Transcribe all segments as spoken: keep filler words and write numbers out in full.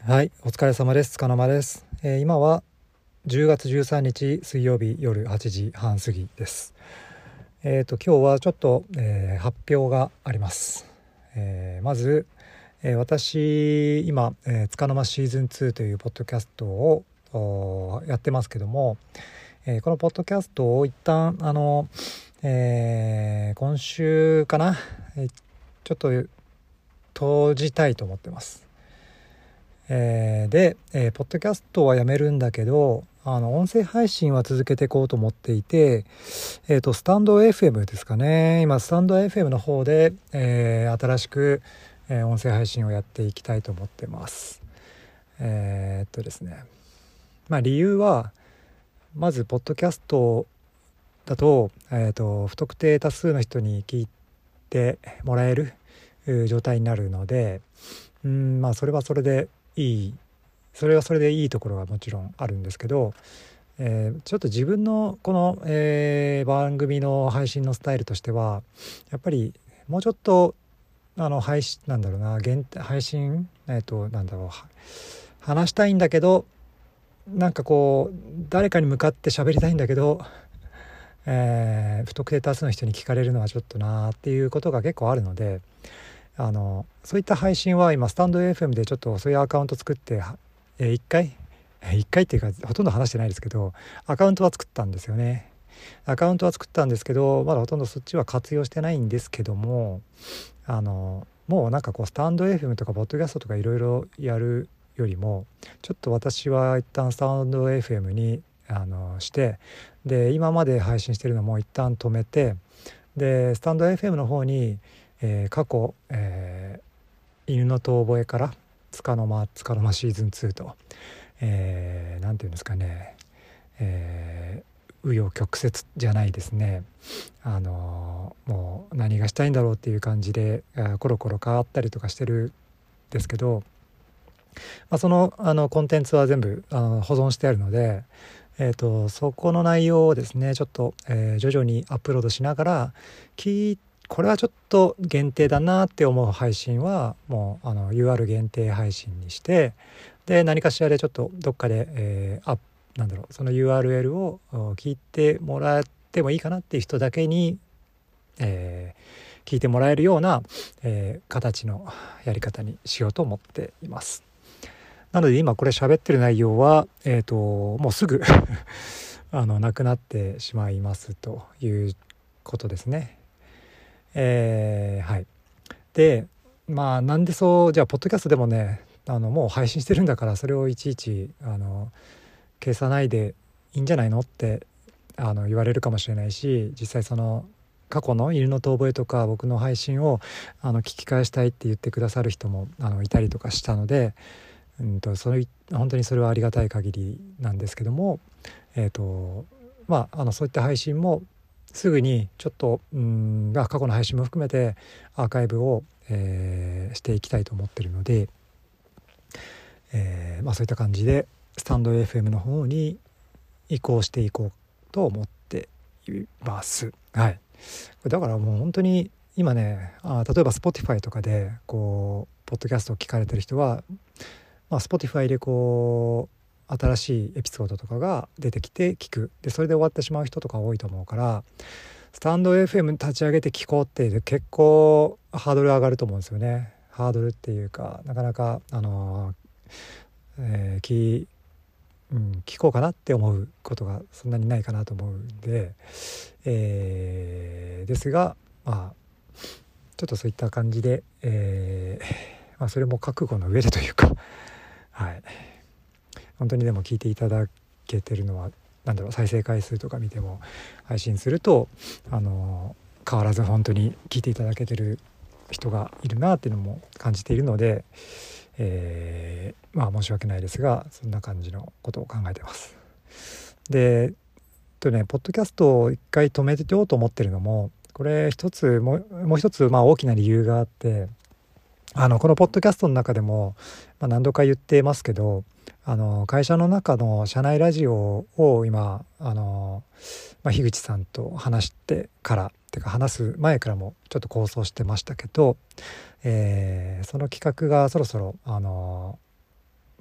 はい、お疲れ様です。塚沼です。えー今はじゅうがつじゅうさんにち水曜日夜はちじはん過ぎです。えっと今日はちょっと、えー発表があります。えーまず、えー私今、えー、塚沼シーズンツーというポッドキャストをおーやってますけども、えーこのポッドキャストを一旦あの、えー今週かな、えーちょっと閉じたいと思ってます。えーで、えーポッドキャストはやめるんだけど、あの音声配信は続けていこうと思っていて、えーとスタンド エフエム ですかね。今スタンド エフエム の方で、えー新しく、えー音声配信をやっていきたいと思ってます。えーっとですねまあ理由は、まずポッドキャストだと、えーと不特定多数の人に聞いてもらえるう状態になるので、うんまあそれはそれでいいそれはそれでいいところはもちろんあるんですけど、えーちょっと自分のこの、えー番組の配信のスタイルとしては、やっぱりもうちょっとあの配信なんだろうな限定配信えっ、となんだろうは話したいんだけど、なんかこう誰かに向かって喋りたいんだけど、えー不特定多数の人に聞かれるのはちょっとなーっていうことが結構あるので、あのそういった配信は今スタンド エフエム でちょっとそういうアカウント作って、えー、いっかいいっかいっていうかほとんど話してないですけど、アカウントは作ったんですよね。アカウントは作ったんですけど、まだほとんどそっちは活用してないんですけども、あのもうなんかこうスタンド エフエム とかポッドキャストとかいろいろやるよりも、ちょっと私は一旦スタンド エフエム にあのして、で今まで配信してるのも一旦止めて、でスタンド エフエム の方に、えー過去、えー犬の遠吠えからつかの間つかの間シーズンツーと、えー、なんていうんですかね、えー、紆余曲折じゃないですね、あのーもう何がしたいんだろうっていう感じで、あーコロコロ変わったりとかしてるんですけど、まあ、その、あのコンテンツは全部あの保存してあるので、えーと、そこの内容をですねちょっと、えー徐々にアップロードしながら、きこれはちょっと限定だなって思う配信はもうあの ユーアール 限定配信にして、で何かしらでちょっとどっかで、えー、あなんだろうその ユーアールエル を聞いてもらってもいいかなっていう人だけに、えー聞いてもらえるような、えー形のやり方にしようと思っています。なので今これ喋ってる内容は、えーともうすぐあのなくなってしまいますということですね。えーはいでまあなんでそうじゃあポッドキャストでもね、あのもう配信してるんだから、それをいちいちあの消さないでいいんじゃないのってあの言われるかもしれないし、実際その過去の犬の遠吠えとか僕の配信をあの聞き返したいって言ってくださる人もあのいたりとかしたので、うんとそれ本当にそれはありがたい限りなんですけども、えーとまああのそういった配信もすぐにちょっとうんが過去の配信も含めてアーカイブを、えーしていきたいと思ってるので、えーまあ、そういった感じでスタンド エフエム の方に移行していこうと思っています。はい。だからもう本当に今ね、あ例えば Spotify とかでこうポッドキャストを聞かれてる人は、まあ、Spotify でこう新しいエピソードとかが出てきて聞く、でそれで終わってしまう人とか多いと思うから、スタンド エフエム 立ち上げて聞こうって結構ハードル上がると思うんですよね。ハードルっていうか、なかなかあのーえー、聞うん、聞こうかなって思うことがそんなにないかなと思うんで、えーですが、まあちょっとそういった感じで、えーまあ、それも覚悟の上でというか、はい、本当にでも聞いていただけてるのはなんだろう、再生回数とか見ても配信するとあの変わらず本当に聞いていただけてる人がいるなっていうのも感じているので、えー、まあ申し訳ないですがそんな感じのことを考えてます。でとねポッドキャストを一回止めてようと思ってるのも、これ一つもうもう一つまあ大きな理由があって、あのこのポッドキャストの中でも、まあ、何度か言ってますけど、あの会社の中の社内ラジオを今あの、まあ、樋口さんと話してからてか話す前からもちょっと構想してましたけど、えーその企画がそろそろあの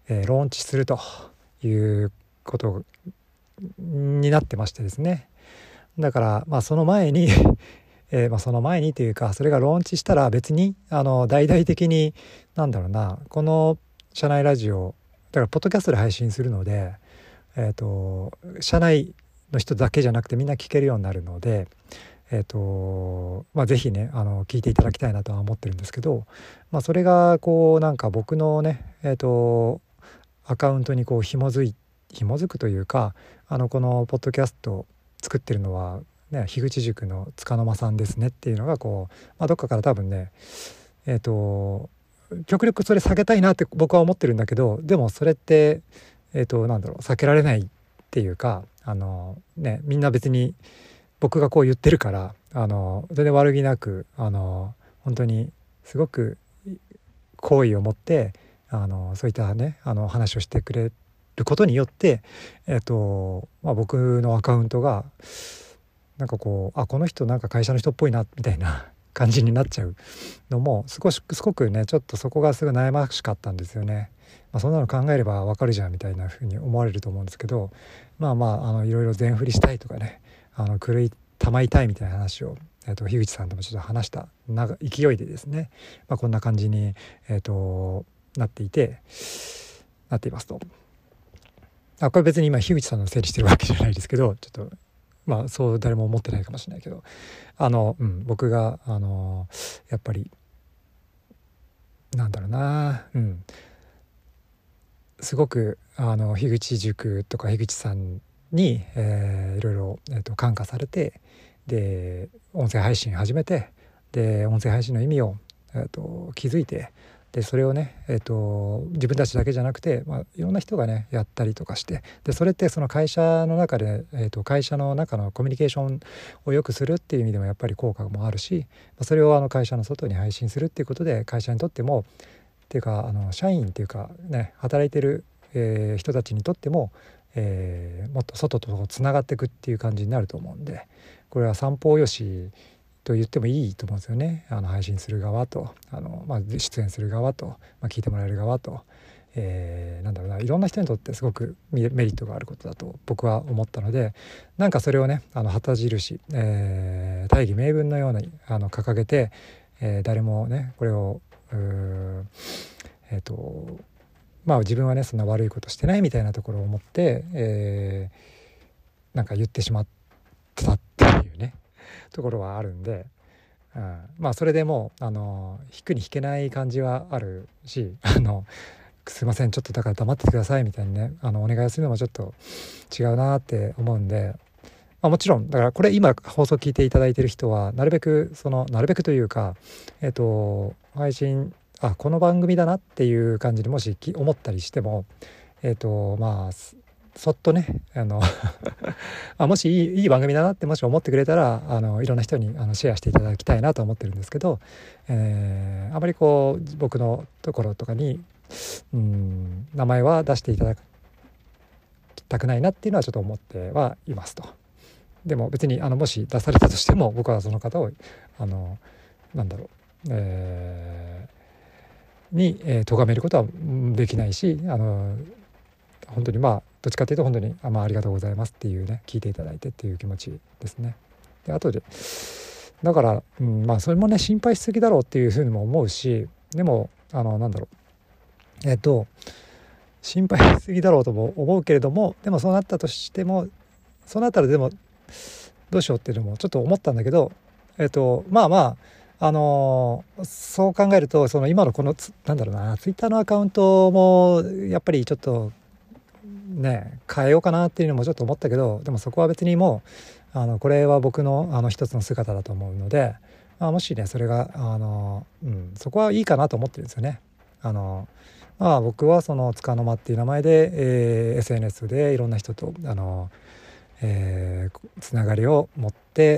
えー、ローンチするということになってましてですね。だからまあその前にえーまあ、その前にというか、それがローンチしたら別にあの大々的になんだろうな、この社内ラジオだからポッドキャストで配信するので、えーと社内の人だけじゃなくてみんな聞けるようになるので、えーとまあ、ぜひねあの聞いていただきたいなとは思ってるんですけど、まあ、それがこうなんか僕のね、えーとアカウントにこう紐づい紐づくというか、あのこのポッドキャスト作ってるのはね、樋口塾の束の間さんですねっていうのがこう、まあ、どっかから多分ねえっと極力それ避けたいなって僕は思ってるんだけど、でもそれってえっとなんだろう避けられないっていうか、あのねみんな別に僕がこう言ってるからあの全然悪気なくあの本当にすごく好意を持ってあのそういったねあの話をしてくれることによってえっと、まあ、僕のアカウントがなんかこうあこの人なんか会社の人っぽいなみたいな感じになっちゃうのも少しすごくねちょっとそこがすごい悩ましかったんですよね。まあ、そんなの考えればわかるじゃんみたいな風に思われると思うんですけど、まあまああのいろいろ全振りしたいとかねあの狂いたまいたいみたいな話を、えー、と樋口さんともちょっと話したな勢いでですね、まあ、こんな感じに、えー、となっていてなっていますと。あこれ別に今樋口さんの整理してるわけじゃないですけど、ちょっとまあそう誰も思ってないかもしれないけど、あの、うん、僕があのやっぱりなんだろうな、うん、すごくあの樋口塾とか樋口さんに、えー、いろいろ、えー、と感化されて、で音声配信始めて、で音声配信の意味を、えー、と気づいて、でそれをね、えー、と自分たちだけじゃなくて、まあ、いろんな人がねやったりとかして、でそれってその会社の中で、えー、と会社の中のコミュニケーションを良くするっていう意味でもやっぱり効果もあるし、それをあの会社の外に配信するっていうことで会社にとってもっていうかあの社員っていうかね働いてる、えー、人たちにとっても、えー、もっと外とつながっていくっていう感じになると思うんで、これは三方よしと言ってもいいと思うんですよね。あの配信する側とあの、まあ、出演する側と、まあ、聞いてもらえる側と、えー、なんだろうないろんな人にとってすごくメリットがあることだと僕は思ったので、なんかそれをねあの旗印、えー、大義名分のようにあの掲げて、えー、誰もねこれをうーえっ、ー、とまあ自分はねそんな悪いことしてないみたいなところを思って、えー、なんか言ってしまったっていうねところはあるんで、うん、まあそれでもうあの引くに引けない感じはあるし、あのすいませんちょっとだから黙っててくださいみたいにねあのお願いするのもちょっと違うなって思うんで、まあ、もちろんだからこれ今放送聞いていただいている人はなるべくそのなるべくというかえっ、ー、と配信あこの番組だなっていう感じでもし思ったりしてもえっ、ー、とまあそっとねあのあもしいい、いい番組だなってもし思ってくれたらあのいろんな人にあのシェアしていただきたいなと思ってるんですけど、えー、あまりこう僕のところとかにうん名前は出していただきたくないなっていうのはちょっと思ってはいますと。でも別にあのもし出されたとしても僕はその方をあのなんだろう、えー、に、えー、咎めることはできないし、あの本当にまあどっちかというと本当に あ,、まあ、ありがとうございますっていうね聞いていただいてっていう気持ちですね。で後でだから、うん、まあそれもね心配しすぎだろうっていうふうにも思うし、でもあのなんだろうえっ、ー、と心配しすぎだろうとも思うけれども、でもそうなったとしてもそうなったらでもどうしようっていうのもちょっと思ったんだけど、えっとまあまああのー、そう考えるとその今のこのなんだろうなツイッターのアカウントもやっぱりちょっとね変えようかなっていうのもちょっと思ったけど、でもそこは別にもうあのこれは僕のあの一つの姿だと思うので、まあ、もしねそれがあの、うん、そこはいいかなと思ってるんですよね。あのまあ僕はその束の間っていう名前で、えー、エスエヌエス でいろんな人とあのえー、つながりを持って、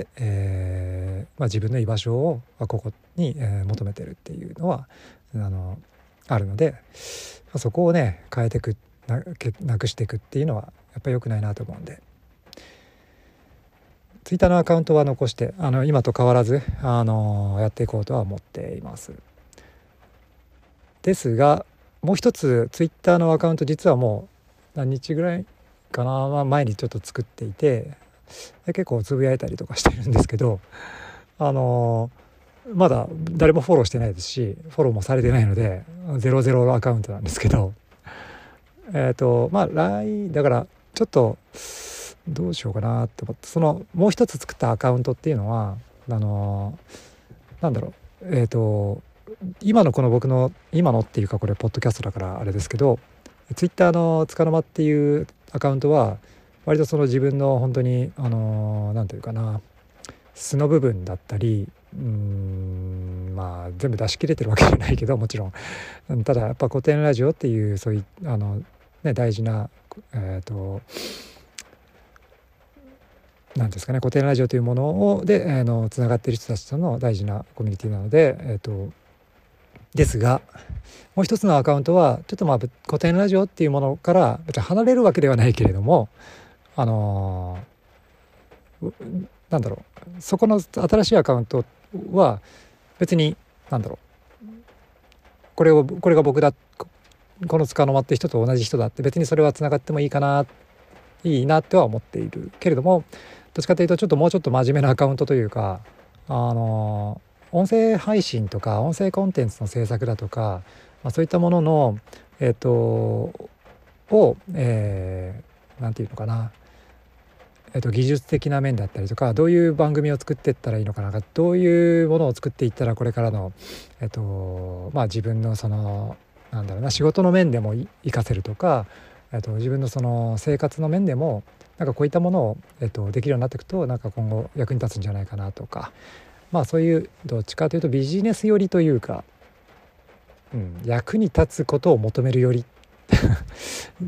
えーまあ、自分の居場所をここに、えー、求めてるっていうのはあのあるので、そこをね変えていく な, なくしていくっていうのはやっぱり良くないなと思うんで、ツイッターのアカウントは残してあの今と変わらずあのやっていこうとは思っています。ですがもう一つツイッターのアカウント実はもう何日ぐらいかな、まあ、前にちょっと作っていて結構つぶやいたりとかしてるんですけど、あのー、まだ誰もフォローしてないですしフォローもされてないのでゼロゼロアカウントなんですけど、えっとまあ来だからちょっとどうしようかなって思って、そのもう一つ作ったアカウントっていうのはあのー、なんだろうえっと今のこの僕の今のっていうかこれポッドキャストだからあれですけど、ツイッターのつかの間っていうアカウントは割とその自分の本当にあのなんていうかな素の部分だったり、うーんまあ全部出し切れてるわけじゃないけどもちろん、ただやっぱ古典ラジオっていうそういうあの、ね、大事なえっとなんですかね古典ラジオというものをであのつながっている人たちとの大事なコミュニティなので、えっとですがもう一つのアカウントはちょっとまあ古典ラジオっていうものから別に離れるわけではないけれども、あのー、なんだろうそこの新しいアカウントは別になんだろうこれをこれが僕だこのつかの間って人と同じ人だって別にそれはつながってもいいかないいなっては思っているけれども、どっちかというとちょっともうちょっと真面目なアカウントというか、あのー音声配信とか音声コンテンツの制作だとか、まあ、そういったもののえっ、ー、とを、えー、なんていうのかな、えーと、技術的な面だったりとか、どういう番組を作っていったらいいのかな、どういうものを作っていったらこれからのえっ、ー、とまあ自分のそのなんだろうな仕事の面でも活かせるとか、えーと自分のその生活の面でもなんかこういったものを、えーとできるようになっていくとなんか今後役に立つんじゃないかなとか。まあそういうどっちかというとビジネス寄りというか、うん、役に立つことを求めるより、うん、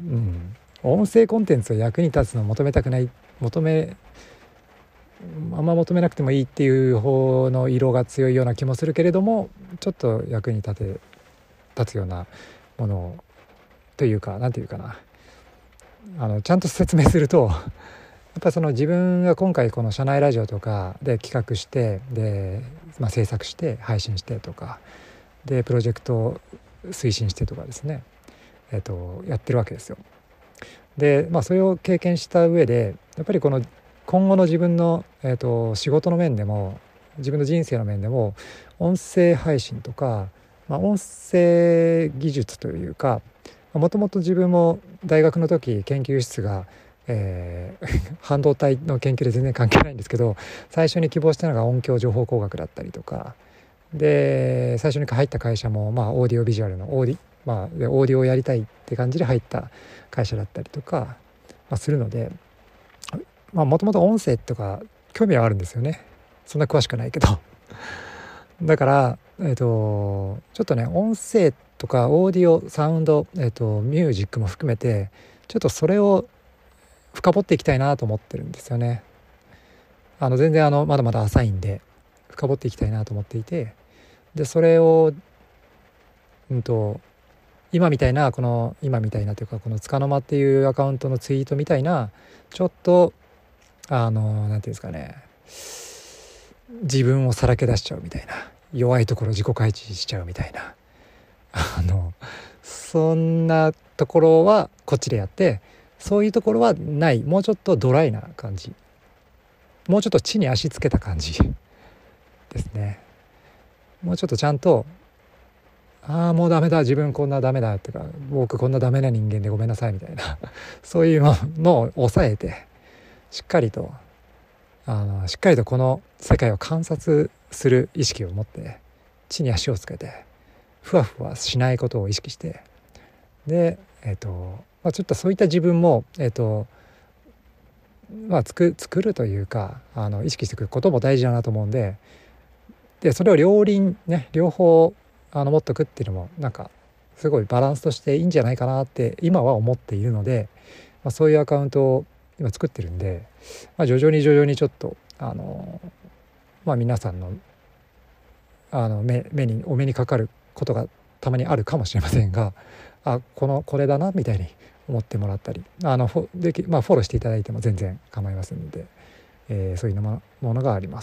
音声コンテンツを役に立つのを求めたくない求めあんま求めなくてもいいっていう方の色が強いような気もするけれども、ちょっと役に立て立つようなものというかなんていうかな、あのちゃんと説明するとやっぱりその自分が今回この社内ラジオとかで企画してで、まあ、制作して配信してとかでプロジェクトを推進してとかですね、えーと、やってるわけですよ。で、まあ、それを経験した上でやっぱりこの今後の自分の、えーと、仕事の面でも自分の人生の面でも音声配信とか、まあ、音声技術というかもともと自分も大学の時研究室がえー、半導体の研究で全然関係ないんですけど、最初に希望したのが音響情報工学だったりとかで、最初に入った会社もまあオーディオビジュアルのオーディ、まあ、でオーディオをやりたいって感じで入った会社だったりとか、まあ、するので、まあもともと音声とか興味はあるんですよね。そんな詳しくないけどだから、えーと、ちょっとね音声とかオーディオサウンド、えーと、ミュージックも含めてちょっとそれを深掘っていきたいなと思ってるんですよね。あの全然あのまだまだ浅いんで深掘っていきたいなと思っていて、でそれをうんと今みたいなこの今みたいなというかこのつかの間っていうアカウントのツイートみたいなちょっとあのなんていうんですかね、自分をさらけ出しちゃうみたいな、弱いところ自己開示しちゃうみたいな、あのそんなところはこっちでやって、そういうところはない、もうちょっとドライな感じ、もうちょっと地に足つけた感じですね。もうちょっとちゃんとああもうダメだ自分こんなダメだってか僕こんなダメな人間でごめんなさいみたいなそういうのを抑えてしっかりとあのしっかりとこの世界を観察する意識を持って地に足をつけてふわふわしないことを意識して、でえっ、ー、とまあ、ちょっとそういった自分も、えーとまあ、つく作るというかあの意識していくことも大事だなと思うんで、でそれを両輪ね両方あの持っとくっていうのもなんかすごいバランスとしていいんじゃないかなって今は思っているので、まあ、そういうアカウントを今作ってるんで、まあ、徐々に徐々にちょっとあの、まあ、皆さんのあの 目, 目にお目にかかることがたまにあるかもしれませんが、あこのこれだなみたいに思ってもらったりあのフォでき、まあ、フォローしていただいても全然構いませんので、えー、そういうものがあります。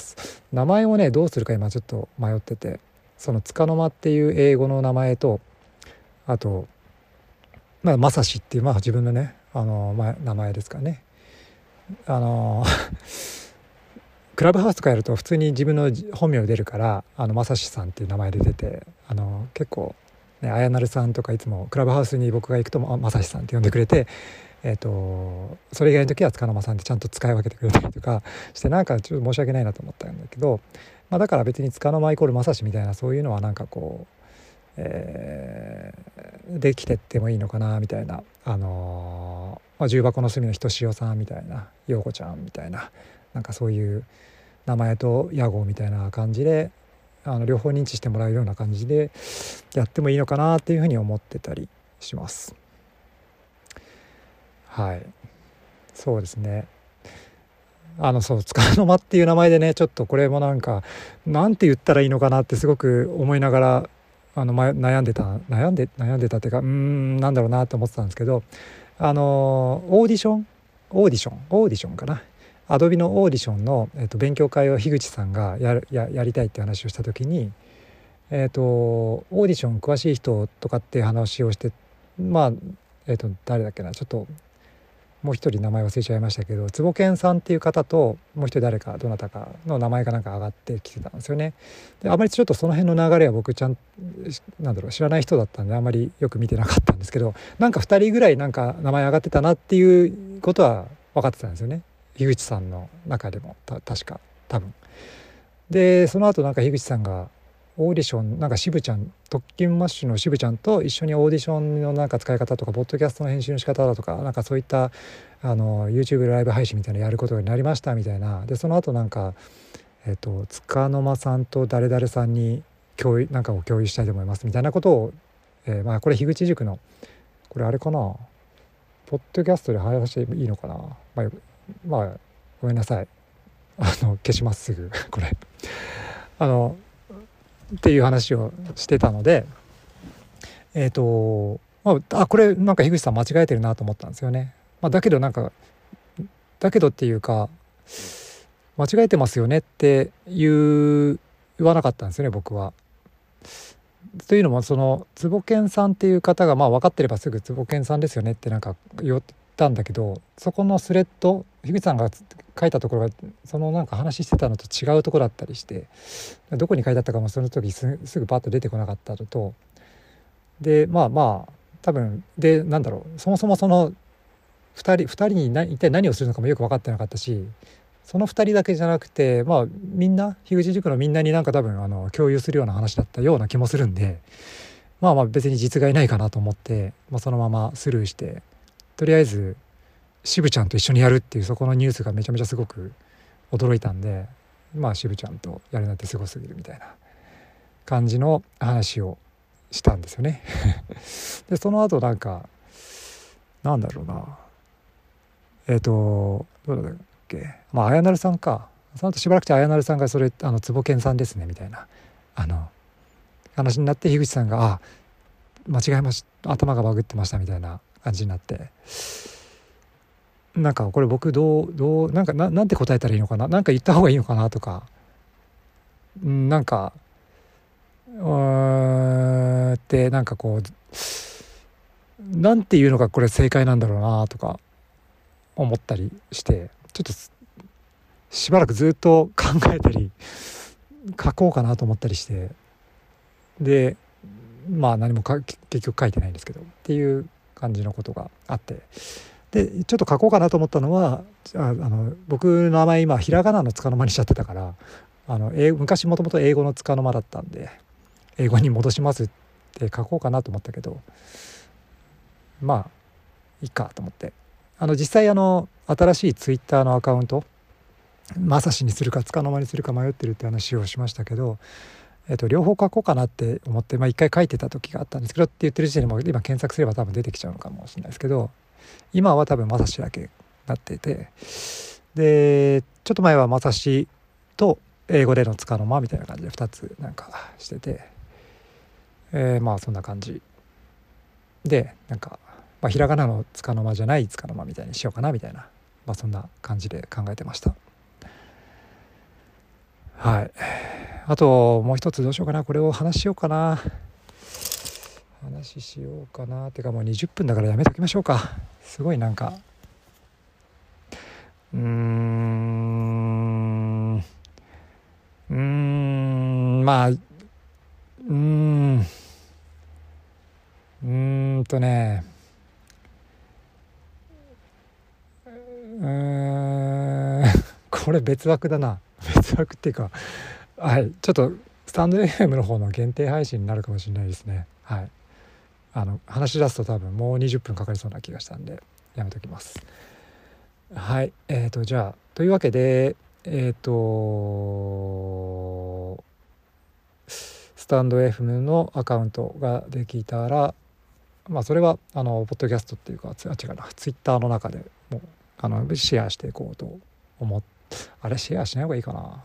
名前をねどうするか今ちょっと迷ってて、そのつかの間っていう英語の名前とあとまあ、まさしっていう、まあ、自分のねあの、まあ、名前ですかね。あのクラブハウスとかやると普通に自分の本名出るからあのまさしさんっていう名前で出て、あの結構ね、あやなるさんとかいつもクラブハウスに僕が行くとまさしさんって呼んでくれて、えー、とそれ以外の時はつかの間さんってちゃんと使い分けてくれたりとかして、なんかちょっと申し訳ないなと思ったんだけど、まあ、だから別につかの間イコールまさしみたいなそういうのはなんかこう、えー、できてってもいいのかなみたいな、あのーまあ、重箱の隅のひとしおさんみたいな、ようこちゃんみたいな、なんかそういう名前と屋号みたいな感じであの両方認知してもらえるような感じでやってもいいのかなっていうふうに思ってたりします。はい、そうですね。あのそうつかの間っていう名前でね、ちょっとこれもなんかなんて言ったらいいのかなってすごく思いながらあの、ま、悩んでた悩んで悩んでたっていうか、うーんなんだろうなと思ってたんですけど、あのオーディションオーディションオーディションかな、アドビのオーディションの、えー、と勉強会を樋口さんが や, や, やりたいって話をした時に、えー、とオーディション詳しい人とかって話をして、まあ、えー、と誰だっけな、ちょっともう一人名前忘れちゃいましたけど、坪健さんっていう方ともう一人誰かどなたかの名前がなんか上がってきてたんですよね。であまりちょっとその辺の流れは僕ちゃんなんだろう知らない人だったんであまりよく見てなかったんですけど、なんかふたりぐらいなんか名前上がってたなっていうことは分かってたんですよね、樋口さんの中でもた確か多分。でその後なんか樋口さんがオーディションなんか渋ちゃん特勤マッシュの渋ちゃんと一緒にオーディションのなんか使い方とかポッドキャストの編集の仕方だとかなんかそういったあの YouTube ライブ配信みたいなのやることになりましたみたいな。でその後なんかえっとつかの間さんと誰々さんに共有なんかを共有したいと思いますみたいなことを、えー、まあこれ樋口塾のこれあれかなポッドキャストで話していいのかな、まあ、まあごめんなさいあの消しますすぐこれあのっていう話をしてたので、えっと、まあ、あこれなんか樋口さん間違えてるなと思ったんですよね。まあ、だけどなんかだけどっていうか間違えてますよねって言わなかったんですよね僕は。というのもその坪健さんっていう方がまあ分かってればすぐ坪健さんですよねってなんか言ったんだけど、そこのスレッド樋口さんが書いたところがそのなんか話してたのと違うところだったりして、どこに書いてあったかもその時 す, すぐパッと出てこなかったのと、でまあまあ多分でなんだろうそもそもそのふたりふたりに一体何をするのかもよく分かってなかったし、そのふたりだけじゃなくてまあみんな樋口塾のみんなになんか多分あの共有するような話だったような気もするんで、まあまあ別に実害ないかなと思って、まあ、そのままスルーして、とりあえず渋ちゃんと一緒にやるっていうそこのニュースがめちゃめちゃすごく驚いたんで、まあ渋ちゃんとやるなんてすごすぎるみたいな感じの話をしたんですよねでその後なんかなんだろうなえっ、ー、とどうだっけ、まああやなるさんか、その後しばらくしてあやなるさんがそれあの坪健さんですねみたいなあの話になって、樋口さんがあ間違えました頭がバグってましたみたいな感じになって、なんかこれ僕どうどうなんか な, なんて答えたらいいのかな、なんか言った方がいいのかなとか、んなんかうーんってなんかこうなんていうのがこれ正解なんだろうなとか思ったりして、ちょっとしばらくずっと考えたり書こうかなと思ったりして、でまあ何もか結局書いてないんですけどっていう感じのことがあって、でちょっと書こうかなと思ったのはああの僕の名前今ひらがなのつかの間にしちゃってたから、あの英昔もともと英語のつかの間だったんで英語に戻しますって書こうかなと思ったけど、まあいいかと思って、あの実際あの新しいツイッターのアカウントまさしにするかつかの間にするか迷ってるって話をしましたけど、えっと、両方書こうかなって思って、まあ、一回書いてた時があったんですけどって言ってる時点でも今検索すれば多分出てきちゃうのかもしれないですけど、今は多分まさしだけなってて、でちょっと前はまさしと英語でのつかの間みたいな感じでふたつなんかしてて、えー、まあそんな感じでなんか、まあ、ひらがなのつかの間じゃないつかの間みたいにしようかなみたいな、まあ、そんな感じで考えてました。はい。あともう一つどうしようかな、これを話しようかな。 話しようかな。ってかもうにじゅっぷんだからやめときましょうか。すごいなんかうーんうーんまあうーんうーんとねうーんこれ別枠だな。別枠っていうか、はいちょっとスタンド エフエム の方の限定配信になるかもしれないですね。はい、あの話し出すと多分もうにじゅっぷんかかりそうな気がしたんでやめときます。はい、えーとじゃあというわけでえっ、ー、とスタンド エフエム のアカウントができたら、まあそれはあのポッドキャストっていうか、あ違うな、ツイッターの中でもうあのシェアしていこうと思っあれシェアしない方がいいかな。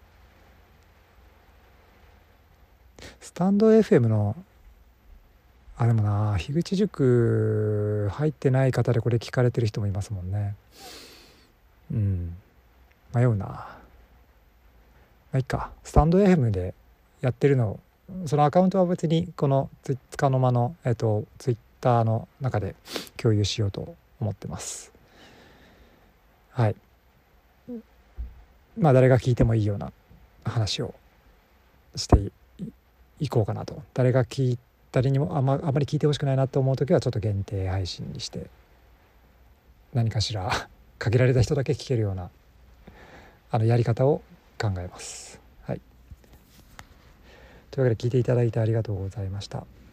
スタンド エフエム のあでもな、樋口塾入ってない方でこれ聞かれてる人もいますもんね。うん迷うな。まあいいか、スタンド エフエム でやってるの、そのアカウントは別にこのつかの間の、えっと、ツイッターの中で共有しようと思ってます。はい、まあ誰が聞いてもいいような話をしていこうかなと。誰が聞い誰にもあまあまり聞いてほしくないなと思う時はちょっと限定配信にして、何かしら限られた人だけ聞けるようなあのやり方を考えます。はい、というわけで聞いていただいてありがとうございました。